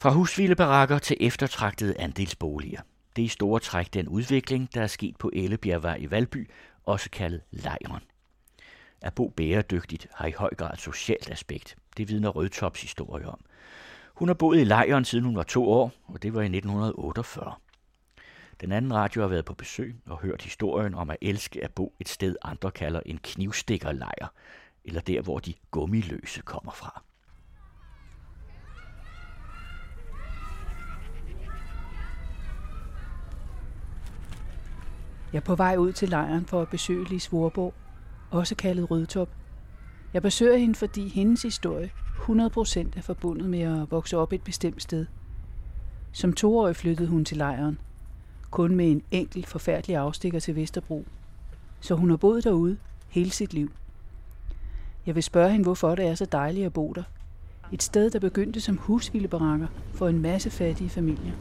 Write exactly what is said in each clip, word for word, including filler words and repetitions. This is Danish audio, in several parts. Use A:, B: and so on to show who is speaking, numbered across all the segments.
A: Fra husvilebarakker til eftertragtede andelsboliger. Det er i store træk den udvikling, der er sket på Ellebjergvej i Valby, også kaldet Lejren. At bo bæredygtigt har i høj grad et socialt aspekt. Det vidner Rødtops historie om. Hun har boet i Lejren siden hun var to år, og det var i nitten otteogfyrre. Den anden radio har været på besøg og hørt historien om at elske at bo et sted, andre kalder en knivstikkerlejr, eller der, hvor de gummiløse kommer fra.
B: Jeg er på vej ud til lejren for at besøge Lis Vorborg, også kaldet Rødtop. Jeg besøger hende, fordi hendes historie hundrede procent er forbundet med at vokse op et bestemt sted. Som toårig flyttede hun til lejren, kun med en enkelt forfærdelig afstikker til Vesterbro. Så hun har boet derude hele sit liv. Jeg vil spørge hende, hvorfor det er så dejligt at bo der. Et sted, der begyndte som husvildebarakker for en masse fattige familier.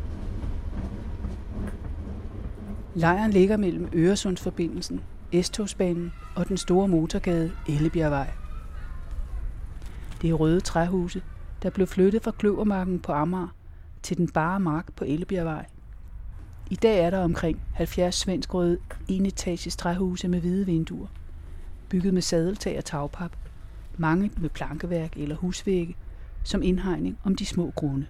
B: Lejren ligger mellem Øresundsforbindelsen, S-togsbanen og den store motorgade Ellebjergvej. Det er røde træhuse, der blev flyttet fra Kløvermarken på Amager til den bare mark på Ellebjergvej. I dag er der omkring halvfjerds svenskrøde enetages træhuse med hvide vinduer, bygget med sadeltag og tagpap, mange med plankeværk eller husvægge som indhegning om de små grunde.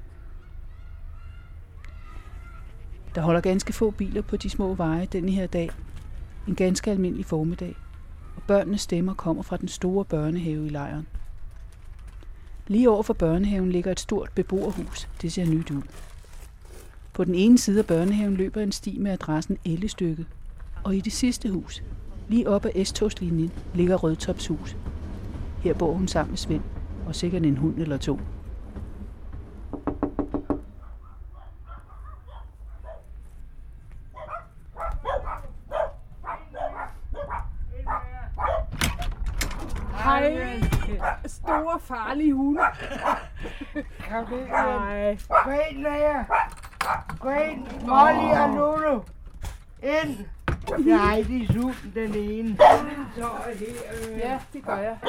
B: Der holder ganske få biler på de små veje denne her dag, en ganske almindelig formiddag, og børnenes stemmer kommer fra den store børnehave i lejren. Lige over for børnehaven ligger et stort beboerhus. Det ser nyt ud. På den ene side af børnehaven løber en sti med adressen Ellestykket, og i det sidste hus, lige op ad S-togslinjen, ligger Rødtops hus. Her bor hun sammen med Svend, og sikkert en hund eller to.
C: Hej, store farlige hunde.
D: Kom ind, hej. Gå ind, Lea. Gå ind, Molly og Lulu. Ind. Nej, de er sulten, den ene. Så her.
C: Ja, det gør jeg.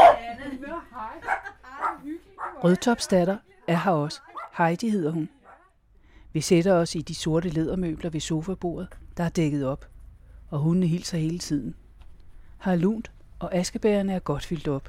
B: Rødtops datter er her også. Heidi hedder hun. Vi sætter os i de sorte lædermøbler ved sofabordet, der er dækket op, og hundene hilser hele tiden. Har lunt, og askebærerne er godt fyldt op.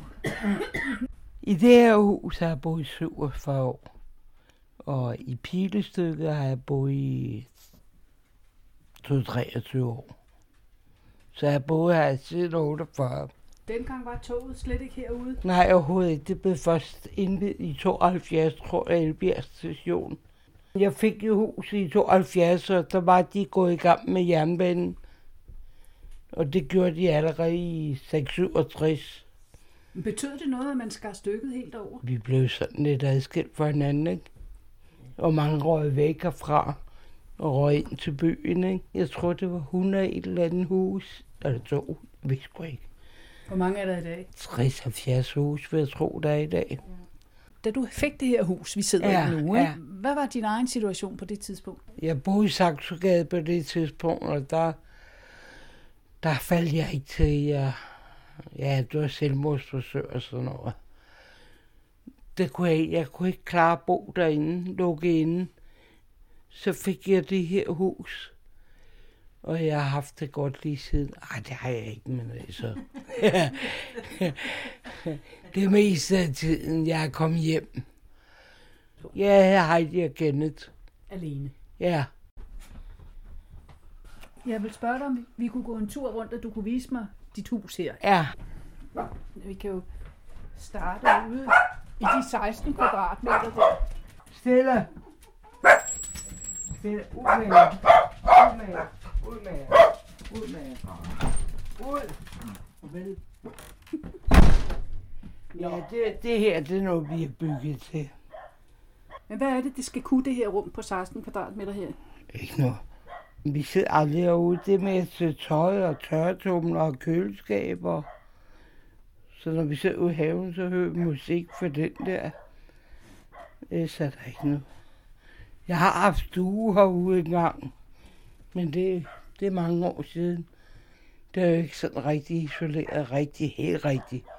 D: I det her hus har jeg boet i syvogfyrre år, og i Pilestykket har jeg boet i treogtyve år. Så jeg har boet her siden otteogfyrre.
C: Dengang var toget slet ikke herude.
D: Nej, overhovedet ikke. Det blev først indviet i tooghalvfjerds, tror jeg, Elbjerg station. Jeg fik jo hus i tooghalvfjerds, og der var de gået i gang med jernbanen. Og det gjorde de allerede i seks syvogtres.
C: Betød det noget, at man skar stykket helt over?
D: Vi blev sådan lidt adskilt for hinanden, ikke? Og mange røg væk herfra og røg ind til byen, ikke? Jeg tror, det var hundrede i et eller andet hus. Eller to, vi sgu ikke.
C: Hvor mange er der i dag?
D: tres til halvfjerds hus, vil jeg tro, der er i dag. Ja.
B: Da du fik det her hus, vi sidder
D: ja,
B: i nu,
D: ja.
B: Hvad var din egen situation på det tidspunkt?
D: Jeg boede i Saxogade på det tidspunkt, og der, der faldt jeg ikke til, jeg, ja, det var selvmordsforsøg og sådan noget. Det kunne jeg, jeg kunne ikke klare at bo derinde, lukke inde. Så fik jeg det her hus, og jeg har haft det godt lige siden. Ej, det har jeg ikke, men altså. Det meste af tiden, jeg er kommet hjem. Jeg har Heidi og Kenneth.
C: Alene?
D: Ja.
C: Jeg vil spørge dig, om vi kunne gå en tur rundt, og du kunne vise mig dit hus her.
D: Ja.
C: Vi kan jo starte ude i de seksten kvadratmeter der.
D: Stille. Stille. Ud med jer. Ud med jer. Ud med jer. Ud med jer. Ud. Vel. Ja, det, det her, det er noget, vi er bygget til.
C: Men hvad er det, det skal kunne, det her rum på seksten kvadratmeter her?
D: Ikke noget. Vi sidder aldrig herude. Det med til tøj og tørretumler og køleskaber. Så når vi sidder ude i haven, så hører vi musik for den der. Ellers er der ikke noget. Jeg har haft stue herude engang, men det, det er mange år siden. Det er jo ikke sådan rigtig isoleret, rigtig, helt rigtigt.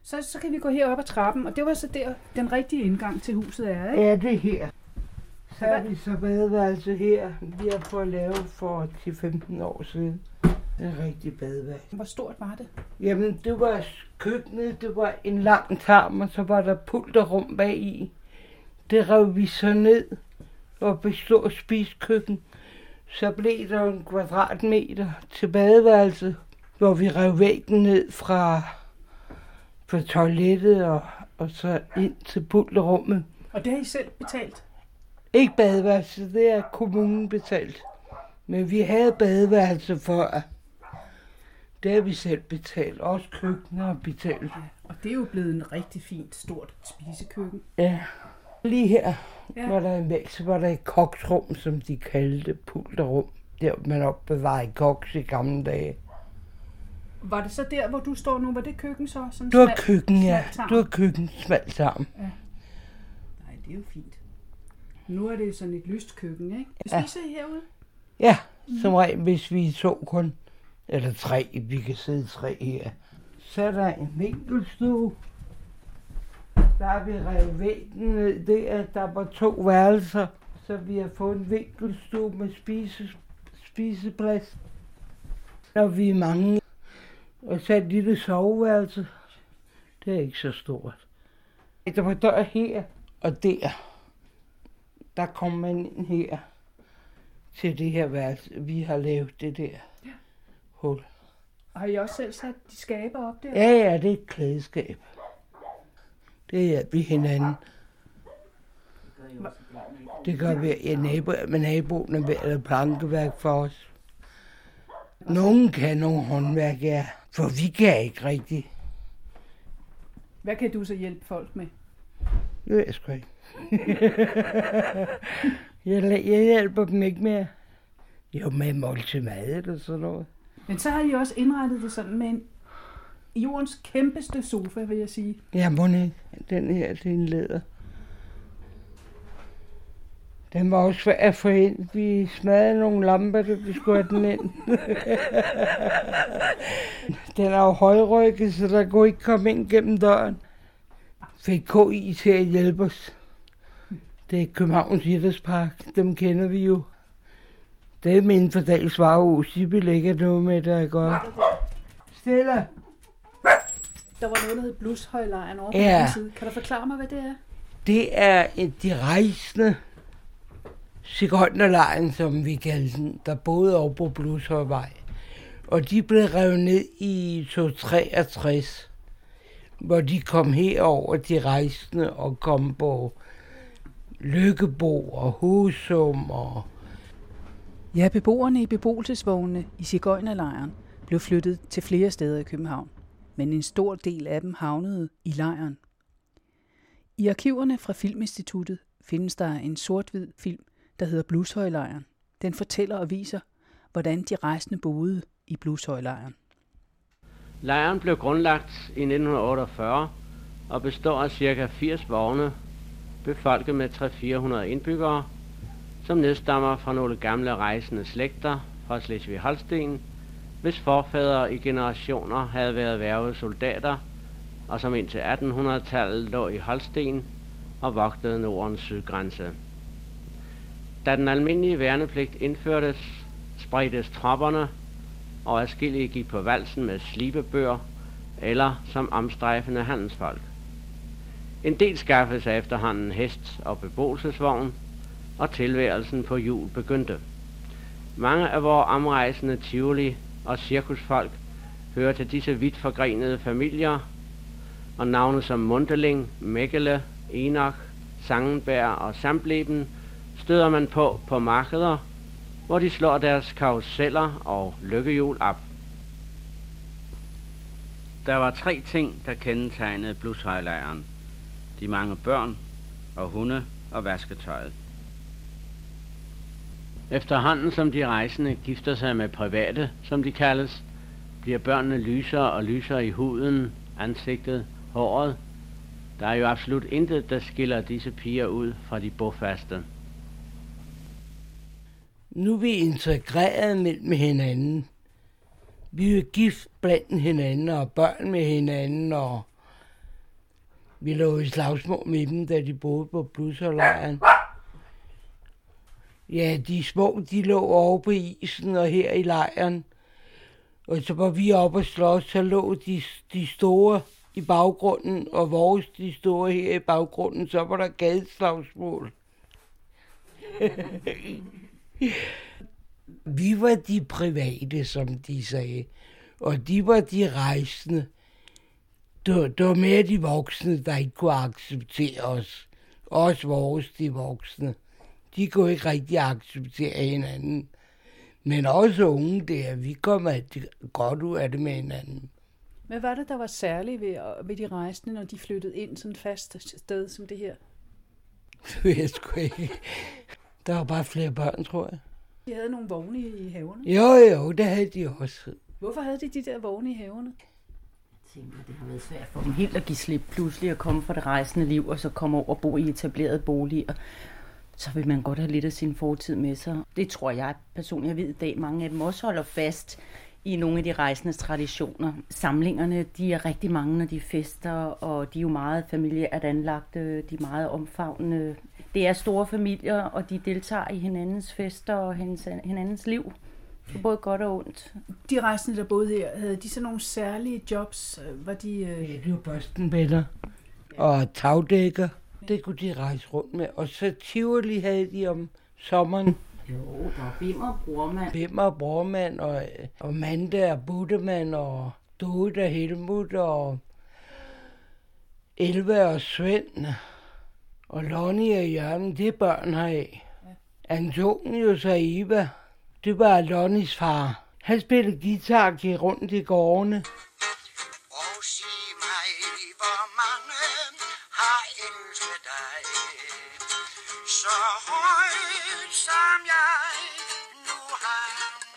C: Så, så kan vi gå herop ad trappen, og det var så der, den rigtige indgang til huset er, ikke?
D: Ja, det er her. Så er vi så badeværelse her. Vi har fået lavet for ti til femten år siden. En rigtig badeværelse.
C: Hvor stort var det?
D: Jamen, det var køkkenet, det var en lang tarm, og så var der pulterrum bag i. Det rev vi så ned og bestod spiskøkken. Så blev der en kvadratmeter til badeværelset, hvor vi rev væggen ned fra, fra toilettet og, og så ind til pulterummet.
C: Og det har I selv betalt?
D: Ikke badeværelse, det er kommunen betalt. Men vi havde badeværelse for, det har vi selv betalt. Også køkkenet har betalt.
C: Ja, og det er jo blevet en rigtig fint, stort spisekøkken.
D: Ja. Lige her
C: Ja.
D: var der en væg, så var der et koksrum, som de kaldte pulterrum. Der man opbevarede koks i gamle dage.
C: Var det så der, hvor du står nu? Var det køkken så? Sådan
D: Du har
C: smalt-
D: køkken, ja.
C: smalt tarm?
D: Du har køkken smalt sammen.
C: Nej, det er jo fint. Nu er det sådan et lyst køkken, ikke? Vi
D: Ja.
C: spiser I herude?
D: Ja, som regel, hvis vi er to kun, eller tre, vi kan sidde tre her. Så er der en vinkelstue. Der har vi revet væggen ned der. Der var to værelser, så vi har fået en vinkelstue med spise, spiseplads. Når vi er mange. Og så et lille soveværelse. Det er ikke så stort. Der var dør her og der. Der kom man ind her til det her værelse. Vi har lavet det der
C: Ja.
D: hul.
C: Har I også selv sat de skaber op der?
D: Ja, ja, det er et klædeskab. Det hjælper vi hinanden. Det gør vi i nabo, med naboen er ved at lave plankeværk for os. Nogen kan nogle håndværk, ja, for vi kan ikke rigtigt.
C: Hvad kan du så hjælpe folk med?
D: Det ved jeg sgu ikke. jeg, jeg hjælper dem ikke mere. Jo, med måltid mad eller sådan noget.
C: Men så har I også indrettet det sådan med en jordens kæmpeste sofa, vil jeg sige.
D: Ja, må ikke. Den her, det er en læder. Den var også svær at få ind. Vi smadrede nogle lamper, da vi skulle have den ind. Den er jo højrykket, så der kunne ikke komme ind gennem døren. Fik K I til at hjælpe os. Det er Københavns Idrætspark. Dem kender vi jo. Det er min fordels varehus. De vil ikke have noget med det at gøre. Stille!
C: Der var noget, der hed Blushøjlejren over på
D: Ja.
C: den side. Kan du forklare mig, hvad det er?
D: Det er en- de rejsende sigøjnerlejren, som vi kalder den, der boede over på Blushøjvej. Og de blev revet ned i to treogtres, hvor de kom herover, de rejsende, og kom på Lykkebo og Husum. Og
B: Ja, beboerne i beboelsesvognene i sigøjnerlejren blev flyttet til flere steder i København, men en stor del af dem havnede i lejren. I arkiverne fra Filminstituttet findes der en sort-hvid film, der hedder Blushøjlejren. Den fortæller og viser, hvordan de rejsende boede i Blushøjlejren.
E: Lejren blev grundlagt i nitten otteogfyrre og består af ca. firs vogne, befolket med tre til fire hundrede indbyggere, som nedstammer fra nogle gamle rejsende slægter fra Slesvig-Holsten, hvis forfædre i generationer havde været hvervede soldater, og som indtil attenhundredetallet lå i Holsten og vogtede Nordens sydgrænse. Da den almindelige værnepligt indførtes, spredtes tropperne, og adskillige gik på valsen med slibebøger eller som omstrejfende handelsfolk. En del skaffede sig efterhånden hest og beboelsesvogn, og tilværelsen på hjul begyndte. Mange af vores omrejsende tivoli og cirkusfolk hører til disse vidt forgrenede familier, og navne som Mundeling, Mækkele, Enoch, Sangenberg og Samtleben støder man på på markeder, hvor de slår deres karuseller og lykkehjul op. Der var tre ting, der kendetegnede Blushøjlejren: de mange børn og hunde og vasketøjet. Efterhånden som de rejsende gifter sig med private, som de kaldes, bliver børnene lysere og lysere i huden, ansigtet, håret. Der er jo absolut intet, der skiller disse piger ud fra de bofaste.
D: nu er vi integreret mellem hinanden. Vi er gift blandt hinanden og børn med hinanden, og Vi lå i slagsmål med dem, da de boede på Blushøjlejren. Ja, de små, de lå over på isen og her i lejren. Og så var vi oppe og slås, så lå de, de store i baggrunden, og vores de store her i baggrunden, så var der gadeslagsmål. Vi var de private, som de sagde, og de var de rejsende. Det, det var mere de voksne, der ikke kunne acceptere os. Også vores, de voksne. De kunne ikke rigtig acceptere hinanden. Men også unge der, vi kom rigtig godt ud af det med hinanden.
B: Hvad var det, der var særligt ved, ved de rejsende, når de flyttede ind sådan et fast sted som det her?
D: Det ved jeg sgu ikke. Der var bare flere børn, tror jeg.
B: De havde nogle vogne i haverne?
D: Jo, jo, det havde de også.
B: Hvorfor havde de de der vogne i haverne?
F: Jeg tænker, det har været svært for dem helt at give slip pludselig at komme fra det rejsende liv, og så komme over og bo i etablerede boliger. Så vil man godt have lidt af sin fortid med sig. Det tror jeg personligt. Jeg ved i dag, mange af dem også holder fast i nogle af de rejsendes traditioner. Samlingerne, de er rigtig mange, når de fester, og de er jo meget familiært anlagte, de er meget omfavnende. Det er store familier, og de deltager i hinandens fester og hinandens liv. Det er både godt og ondt.
B: De rejsende, der boede her, havde de så nogle særlige jobs? Var de... Øh...
D: Ja, de var bostonbætter og tagdækker. Det kunne de rejse rundt med. Og så Tivoli havde de om sommeren.
F: Jo, der var Bimmer og Brormand.
D: Bimmer og Brormand, og, og Manda og Buttemand, og Dorte og Helmut, og Elva og Svend, og Lonnie og Jørgen, det er børn heraf. Ja. Antonius og Eva, det var Lonnies far. Han spillede guitar og gik rundt i gårdene.
G: Og sig mig, hvor mange har elsket dig, så højt som jeg nu har.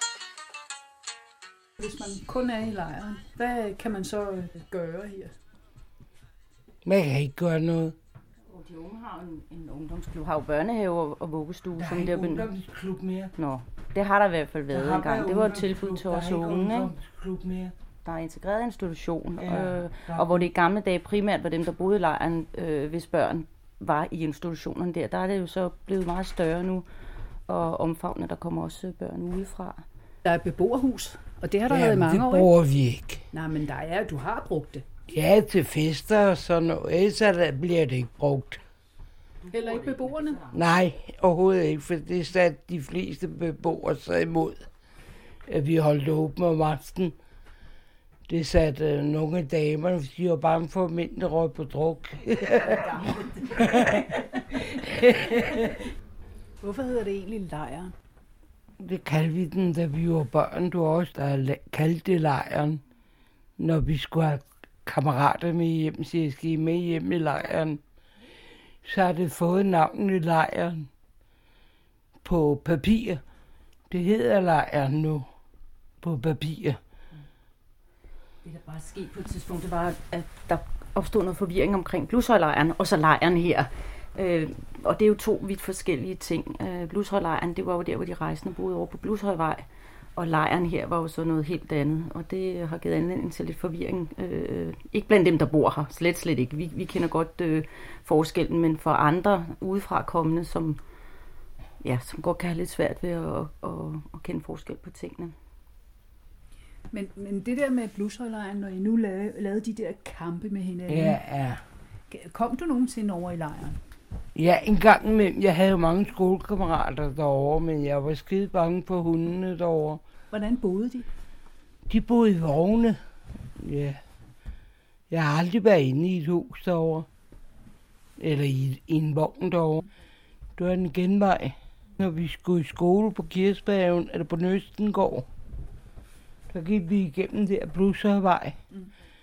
B: Hvis man kun er i lejren, hvad kan man så gøre her?
D: Man kan ikke gøre noget.
F: De unge har en, en ungdomsklub, har jo børnehave og vuggestue.
D: Der er
F: som
D: ikke
F: der ben...
D: ungdomsklub mere.
F: Nå, det har der i hvert fald været en gang. Det var et tilbud til os unge, ikke?
D: Ungdomsklub mere.
F: Der er integreret institution,
D: Ja,
F: øh, og hvor det i gamle dage primært var dem, der boede i lejren, øh, hvis børn var i institutionerne der. Der er det jo så blevet meget større nu, og omfavnende, der kommer også børn udefra.
B: Der er et beboerhus, og det har der
D: Ja,
B: været i mange
D: det
B: år.
D: bruger vi ikke.
B: Nej, men der er, du har brugt det.
D: Ja, til fester og sådan noget, ellers bliver det ikke brugt.
B: Eller ikke beboerne?
D: Nej, overhovedet ikke, for det satte de fleste beboere sig imod, at vi holdt åben om aftenen. Det satte uh, nogle af damerne, fordi de var bange for, at mændene røg på druk.
B: Hvorfor hedder det egentlig lejren?
D: Det kaldte vi den, da vi var børn. Du også, der kaldte det lejren. Når vi skulle have kammerater med hjem, så jeg skal I med hjem i lejren. Så har det fået navnet lejren på papir. Det hedder lejren nu på papir.
F: Det, der bare skete på et tidspunkt, det var, at der opstod noget forvirring omkring Blushøjlejren, og så lejren her. Øh, og det er jo to vidt forskellige ting. Øh, Blushøjlejren, det var jo der, hvor de rejsende boede over på Blushøjvej, og lejren her var jo så noget helt andet, og det har givet anledning til lidt forvirring. Øh, ikke blandt dem, der bor her, slet slet ikke. Vi, vi kender godt øh, forskellen, men for andre udefra kommende, som, ja, som godt kan have lidt svært ved at, at, at kende forskel på tingene.
B: Men, men det der med Blushøjlejren, når I nu lavede, lavede de der kampe med hinanden,
D: Ja, ja.
B: kom du nogensinde over i lejren?
D: Ja, en gang imellem. Jeg havde jo mange skolekammerater derovre, men jeg var skide bange på hundene derovre.
B: Hvordan boede de?
D: De boede i vogne. Ja. Jeg har aldrig været inde i et hus derovre. Eller i, i en vogn derovre. Det var en genvej. Når vi skulle i skole på Kirsberghaven, eller på Nøstengård, der gik vi igennem der Blushøjvej.
B: Mm.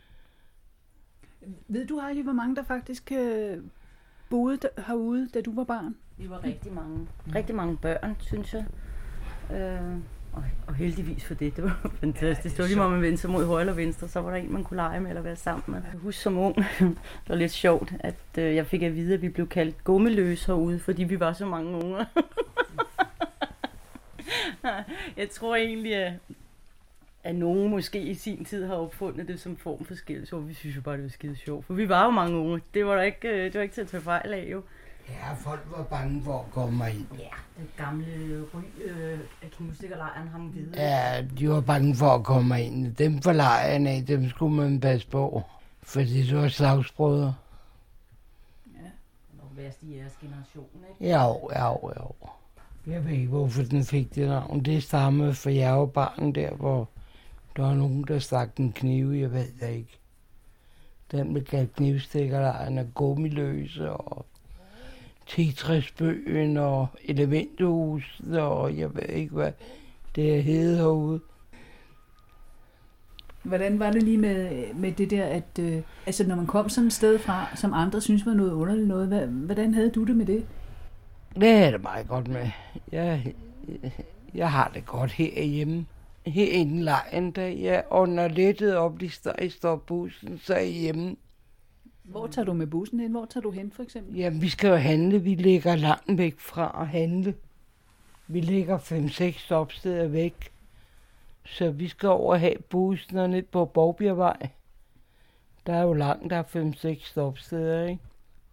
B: Ved du, Heidi, hvor mange der faktisk øh, boede der, herude, da du var barn?
F: Vi var rigtig mange, rigtig mange børn, synes jeg. Øh, og, og heldigvis for det, det var fantastisk. Det var lige meget, man vendte sig mod højre eller venstre, så var der en, man kunne lege med eller være sammen med. Jeg husker som ung, det var lidt sjovt, at øh, jeg fik at vide, at vi blev kaldt gummeløs herude, fordi vi var så mange unger. Jeg tror egentlig, at at nogen måske i sin tid har opfundet det som form for skældsord. Vi synes jo bare, det var skide sjovt, for vi var jo mange unge. Det var der ikke, det var ikke til at tage fejl af, jo.
D: Ja, folk var bange for at komme ind.
F: Ja, den gamle ry øh, af knivstikkerlejren hang videre.
D: Ja, de var bange for at komme ind. Dem for lejren af, dem skulle man passe på. Fordi det var slagsbrødre.
F: Ja, det var værst i jeres generation, ikke?
D: Ja, ja, ja. Jeg ved ikke, hvorfor den fik det navn. Det stammede fra Jervebarken der, hvor der var nogen, der stak en kniv. Jeg ved det ikke. Den blev kaldt knivstikkerlejren og gummiløse og Tetrisbøen og Elementhuset og jeg ved ikke, hvad det hed herude.
B: Hvordan var det lige med, med det der, at øh, altså når man kom sådan et sted fra, som andre synes var noget underligt noget, hvad, hvordan havde du det med det?
D: Det havde det meget godt med. Jeg, jeg har det godt herhjemme. Herinde i lejren, da jeg under lettet op i stopbussen, så er jeg hjemme.
B: Hvor tager du med bussen hen? Hvor tager du hen for eksempel?
D: Jamen, vi skal jo handle. Vi ligger langt væk fra at handle. Vi ligger fem seks stopsteder væk. Så vi skal over og have bussen og ned på Borgbjergvej. Der er jo langt, der er fem seks stopsteder, ikke?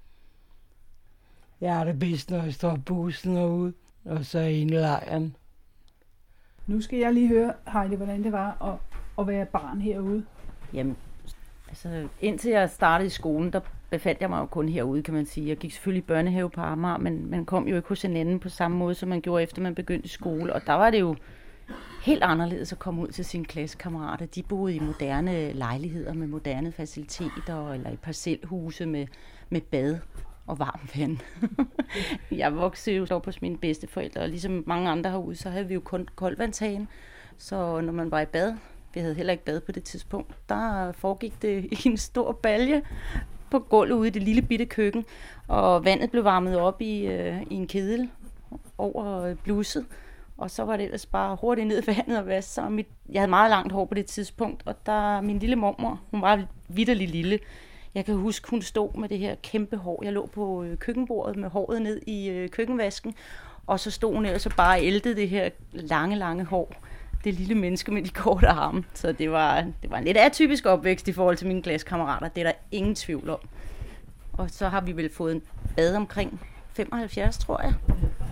D: Jeg har det bedst, når jeg står bussen herude, og så inde i lejren.
B: Nu skal jeg lige høre, Heidi, hvordan det var at, at være barn herude.
F: Jamen, altså indtil jeg startede i skolen, der befandt jeg mig jo kun herude, kan man sige. Jeg gik selvfølgelig i børnehave på Amager, men man kom jo ikke hos hinanden på samme måde, som man gjorde efter man begyndte i skole. Og der var det jo helt anderledes at komme ud til sine klassekammerater. De boede i moderne lejligheder med moderne faciliteter, eller i parcelhuse med, med bad og varmt vand. Jeg voksede jo op hos mine bedsteforældre, og ligesom mange andre herude, så havde vi jo kun koldvandshagen. Så når man var i bad, vi havde heller ikke bad på det tidspunkt, der foregik det i en stor balje på gulvet ude i det lille bitte køkken, og vandet blev varmet op i, øh, i en kedel over blusset, og så var det ellers bare hurtigt ned i vandet og vaske sig. Mit, jeg havde meget langt hår på det tidspunkt, og der min lille mormor, hun var vitterlig lille. Jeg kan huske, hun stod med det her kæmpe hår. Jeg lå på øh, køkkenbordet med håret ned i øh, køkkenvasken, og så stod hun ellers og bare æltede det her lange, lange hår. Det lille menneske med de korte arme. Så det var, det var en lidt atypisk opvækst i forhold til mine klassekammerater. Det er der ingen tvivl om. Og så har vi vel fået en bad omkring femoghalvfjerds, tror jeg.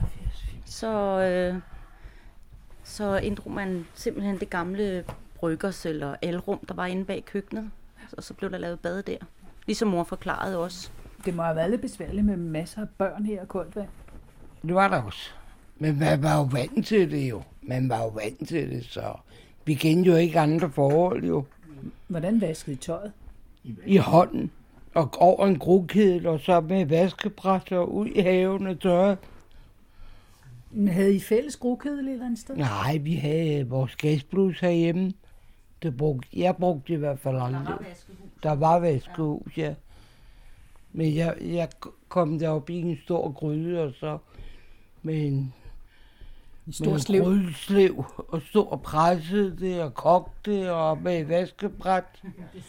F: Så, øh, så inddrog man simpelthen det gamle bryggers eller alrum, der var inde bag køkkenet. Og så blev der lavet bad der. Ligesom mor forklarede også.
B: Det må have været lidt besværligt med masser af børn her og koldt vand.
D: Det var der også. Men man var jo vant til det jo. Man var jo vant til det, så vi kendte jo ikke andre forhold jo.
B: Hvordan vaskede I tøjet?
D: I hånden. Og over en grugkedel, og så med vaskebræt og ud i haven og tørre.
B: Men havde I fælles grugkedel et eller andet sted?
D: Nej, vi havde vores gasblus herhjemme. Det brugte, jeg brugte i hvert fald aldrig. Der var vaskehus. Der var vaskehus, ja. Men jeg, jeg kom derop i en stor gryde, og så med en,
B: en stor
D: med
B: slev.
D: En grydeslev, og stod og pressede det, og kogte det, og med vaskebræt.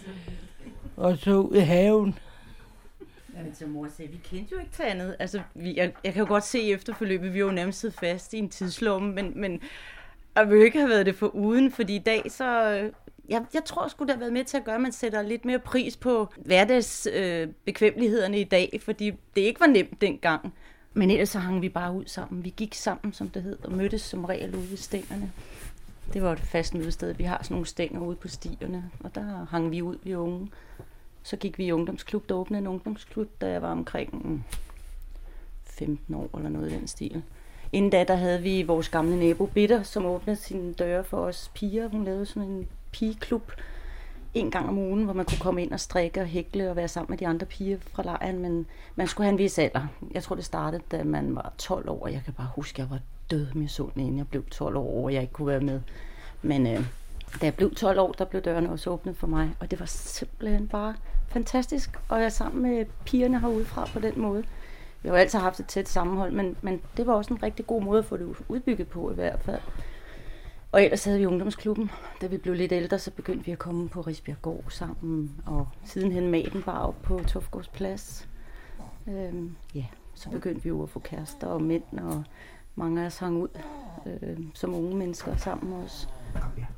D: Og så ud i haven.
F: Men som mor sagde, vi kendte jo ikke til andet. Altså, vi, jeg, jeg kan jo godt se efterforløbet, vi har jo nærmest siddet fast i en tidslomme, men, men jeg vil jo ikke have været det for uden, fordi i dag så... Jeg, jeg tror sgu, det har været med til at gøre, at man sætter lidt mere pris på hverdagsbekvemmelighederne øh, i dag, fordi det ikke var nemt dengang. Men ellers så hang vi bare ud sammen. Vi gik sammen, som det hed, og mødtes som regel ude ved stængerne. Det var et fast mødested. Vi har sådan nogle stænger ude på stierne, og der hang vi ud, vi unge. Så gik vi i ungdomsklub, der åbnede en ungdomsklub, da jeg var omkring femten år eller noget i den stil. Inden da, der havde vi vores gamle nabo Bitter, som åbnede sine døre for os piger. Hun lavede sådan en pigeklub en gang om ugen, hvor man kunne komme ind og strikke og hækle og være sammen med de andre piger fra lejren, men man skulle have en vis alder. Jeg tror, det startede, da man var tolv år, og jeg kan bare huske, at jeg var død med sund, inden jeg blev tolv år, og jeg ikke kunne være med. Men øh, da jeg blev tolv år, der blev dørene også åbnet for mig, og det var simpelthen bare fantastisk at være sammen med pigerne herudefra på den måde. Vi har jo altid haft et tæt sammenhold, men, men det var også en rigtig god måde at få det udbygget på i hvert fald. Og ellers havde vi ungdomsklubben. Da vi blev lidt ældre, så begyndte vi at komme på Risbjerggård sammen, og sidenhen Madenbar op på Tofgårds Plads. Øhm, ja, så begyndte vi jo at få kærester og mænd, og mange af os hang ud øh, som unge mennesker sammen også. Ja.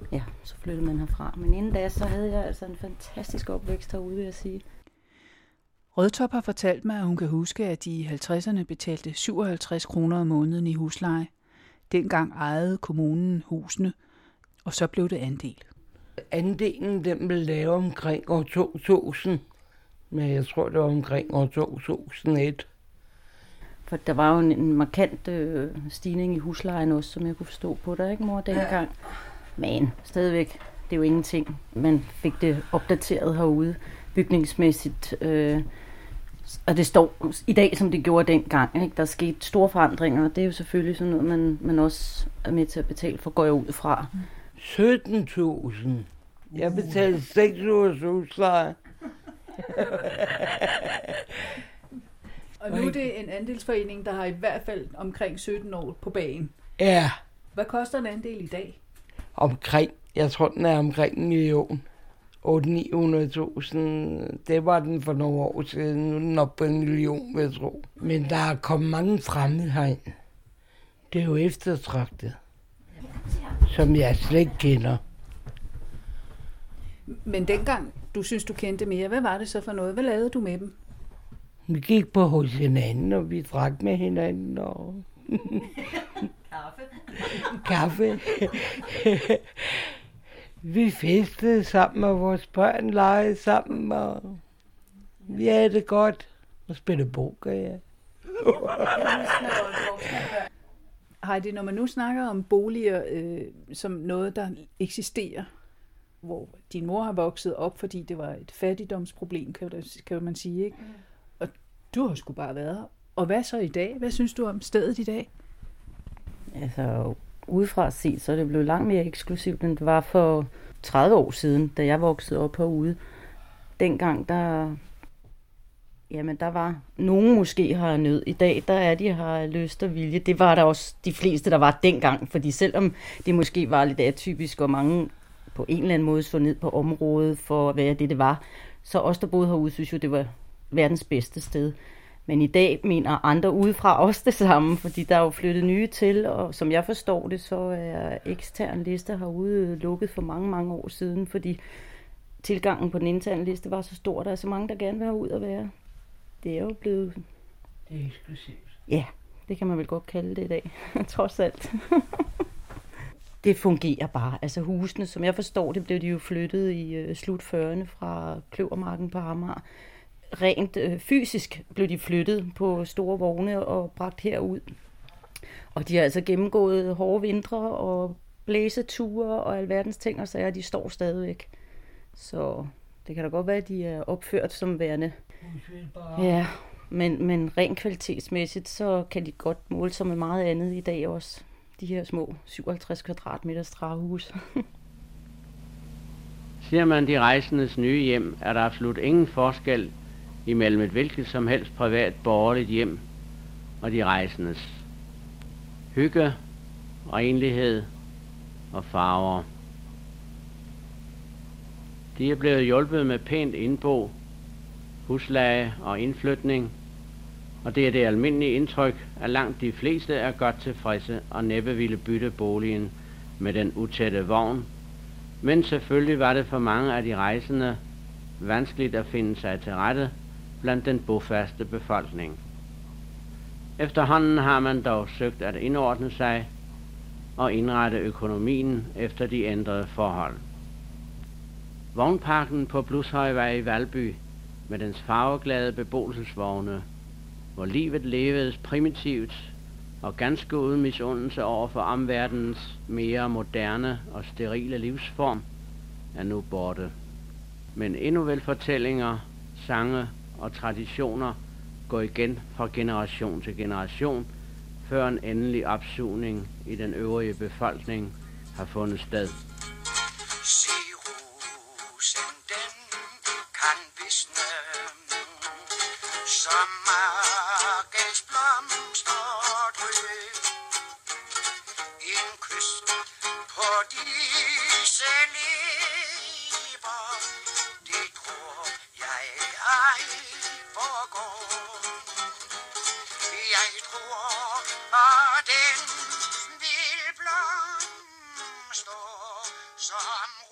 F: så flyttede man herfra. Men inden da, så havde jeg altså en fantastisk opvækst herude, vil jeg sige.
B: Rødtop har fortalt mig, at hun kan huske, at de i halvtredserne betalte syvoghalvtreds kroner om måneden i husleje. Dengang ejede kommunen husene, og så blev det andel.
D: Andelen den blev lavet omkring år to tusind, men jeg tror, det var omkring år to tusind og et.
F: For der var jo en, en markant øh, stigning i huslejen også, som jeg kunne forstå på dig, ikke mor, dengang? Ja. Men stadigvæk, det er jo ingenting. Man fik det opdateret herude bygningsmæssigt. Øh, og det står i dag, som det gjorde dengang. Ikke? Der er sket store forandringer, og det er jo selvfølgelig sådan noget, man, man også er med til at betale for, går jeg ud fra.
D: sytten tusind. Jeg betalte seks ugers husleje.
B: Og nu er det en andelsforening, der har i hvert fald omkring sytten år på bagen.
D: Ja.
B: Hvad koster en andel i dag?
D: Omkring, jeg tror, den er omkring en million. otte til ni hundrede tusind. Det var den for nogle år siden. Nu er den oppe på en million, vil jeg tro. Men der er kommet mange fremmede herind. Det er jo eftertragtet, som jeg slet ikke kender.
B: Men dengang, du synes, du kendte mere, hvad var det så for noget? Hvad lavede du med dem?
D: Vi gik på hos hinanden, og vi drak med hinanden. Og
F: Kaffe.
D: Kaffe. Vi festede sammen, og vores børn legede sammen, og vi havde det godt. Og spillede poker, ja.
B: Heidi, når man nu snakker om boliger øh, som noget, der eksisterer, hvor din mor har vokset op, fordi det var et fattigdomsproblem, kan, det, kan man sige, ikke? Og du har sgu bare været her. Og hvad så i dag? Hvad synes du om stedet i dag?
F: Altså, udefra set, så er det blevet langt mere eksklusivt, end det var for tredive år siden, da jeg voksede op herude. Dengang, der, jamen, der var nogen måske har nød. I dag, der er de har lyst og vilje. Det var der også de fleste, der var dengang, fordi selvom det måske var lidt atypisk, og mange på en eller anden måde så ned på området for at være det, det var, så os, der boede herude, synes jo, det var verdens bedste sted. Men i dag mener andre udefra også det samme, fordi der er jo flyttet nye til, og som jeg forstår det, så er ekstern liste herude lukket for mange, mange år siden, fordi tilgangen på den interne liste var så stor, der er så mange, der gerne vil have ud at være. Det er jo blevet...
D: Det er eksklusivt.
F: Ja, det kan man vel godt kalde det i dag, trods alt. Det fungerer bare. Altså husene, som jeg forstår det, blev de jo flyttet i uh, slut fyrrerne fra Kløvermarken på Amager. Rent øh, fysisk blev de flyttet på store vogne og bragt herud. Og de har altså gennemgået hårde vintre og blæseture og alverdens ting og sager, de står stadigvæk. Så det kan da godt være, at de er opført som værende. Ja, men, men rent kvalitetsmæssigt, så kan de godt måle sig med meget andet i dag også. De her små syvoghalvtreds kvadratmeter træhus.
E: Ser man de rejsendes nye hjem, er der absolut ingen forskel imellem et hvilket som helst privat borgerligt hjem og de rejsendes. Hygge, renlighed og farver. De er blevet hjulpet med pænt indbo, husleje og indflytning, og det er det almindelige indtryk, at langt de fleste er godt tilfredse og næppe ville bytte boligen med den utætte vogn. Men selvfølgelig var det for mange af de rejsende vanskeligt at finde sig til rette blandt den bofaste befolkning. Efterhånden har man dog søgt at indordne sig og indrette økonomien efter de ændrede forhold. Vognparken på Blushøjvej i Valby med dens farveglade beboelsesvogne, hvor livet levedes primitivt og ganske uden misundelse over for omverdenens mere moderne og sterile livsform, er nu borte. Men endnu vel fortællinger, sange og traditioner går igen fra generation til generation, før en endelig opsugning i den øvrige befolkning har fundet sted.
G: Se rosen, den kan visne, som markens blomster drøb. En kys på disse læber, det tror jeg ej forgår. Jeg tror, at den vil blomstre som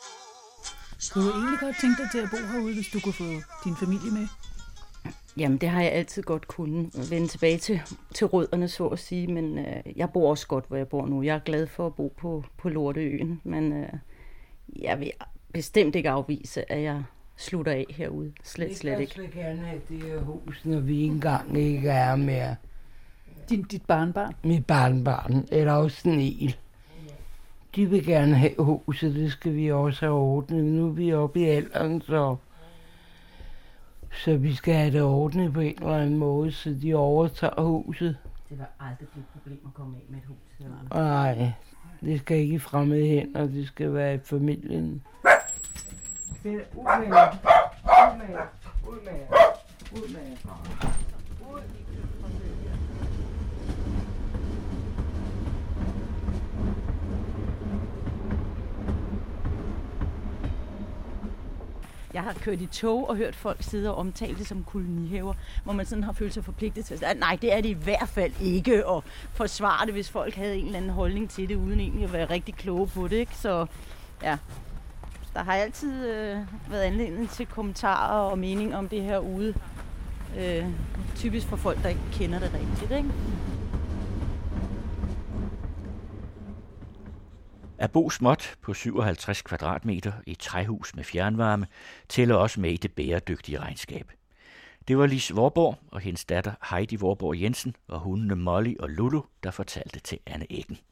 C: Kunne du egentlig godt tænke dig til at bo herude, hvis du kunne få din familie med?
F: Jamen, det har jeg altid godt kunnet vende tilbage til, til rødderne, så at sige, men øh, jeg bor også godt, hvor jeg bor nu. Jeg er glad for at bo på, på Lorteøen, men øh, jeg vil bestemt ikke afvise, at jeg slutter af herude. Slet, slet ikke.
D: Jeg vil gerne have det her hus, når vi engang ikke er mere.
C: Din, dit barnbarn?
D: Mit barnbarn, eller også Niel. De vil gerne have huset, det skal vi også have ordnet. Nu er vi oppe i alderen, så... Så vi skal have det ordnet på en eller anden måde, så de overtager huset.
F: Det var aldrig et problem at komme af med et hus.
D: Nej, det skal ikke i fremmede hænder, det skal være i familien. Ud med jer. Ud med jer. Ud med jer. Ud med jer.
F: Jeg har kørt i tog og hørt folk sidde og omtale det som kolonihaver, hvor man sådan har følt sig forpligtet til at sige, nej, det er det i hvert fald ikke, og forsvare det, hvis folk havde en eller anden holdning til det, uden egentlig at være rigtig kloge på det, ikke? Så ja, der har altid øh, været anledning til kommentarer og mening om det her ude. Øh, typisk for folk, der ikke kender det rigtigt, ikke?
A: At bo småt på syvoghalvtreds kvadratmeter i et træhus med fjernvarme tæller også med i det bæredygtige regnskab. Det var Lis Vorborg og hendes datter Heidi Vorborg Jensen og hundene Molly og Lulu, der fortalte til Anne Eggen.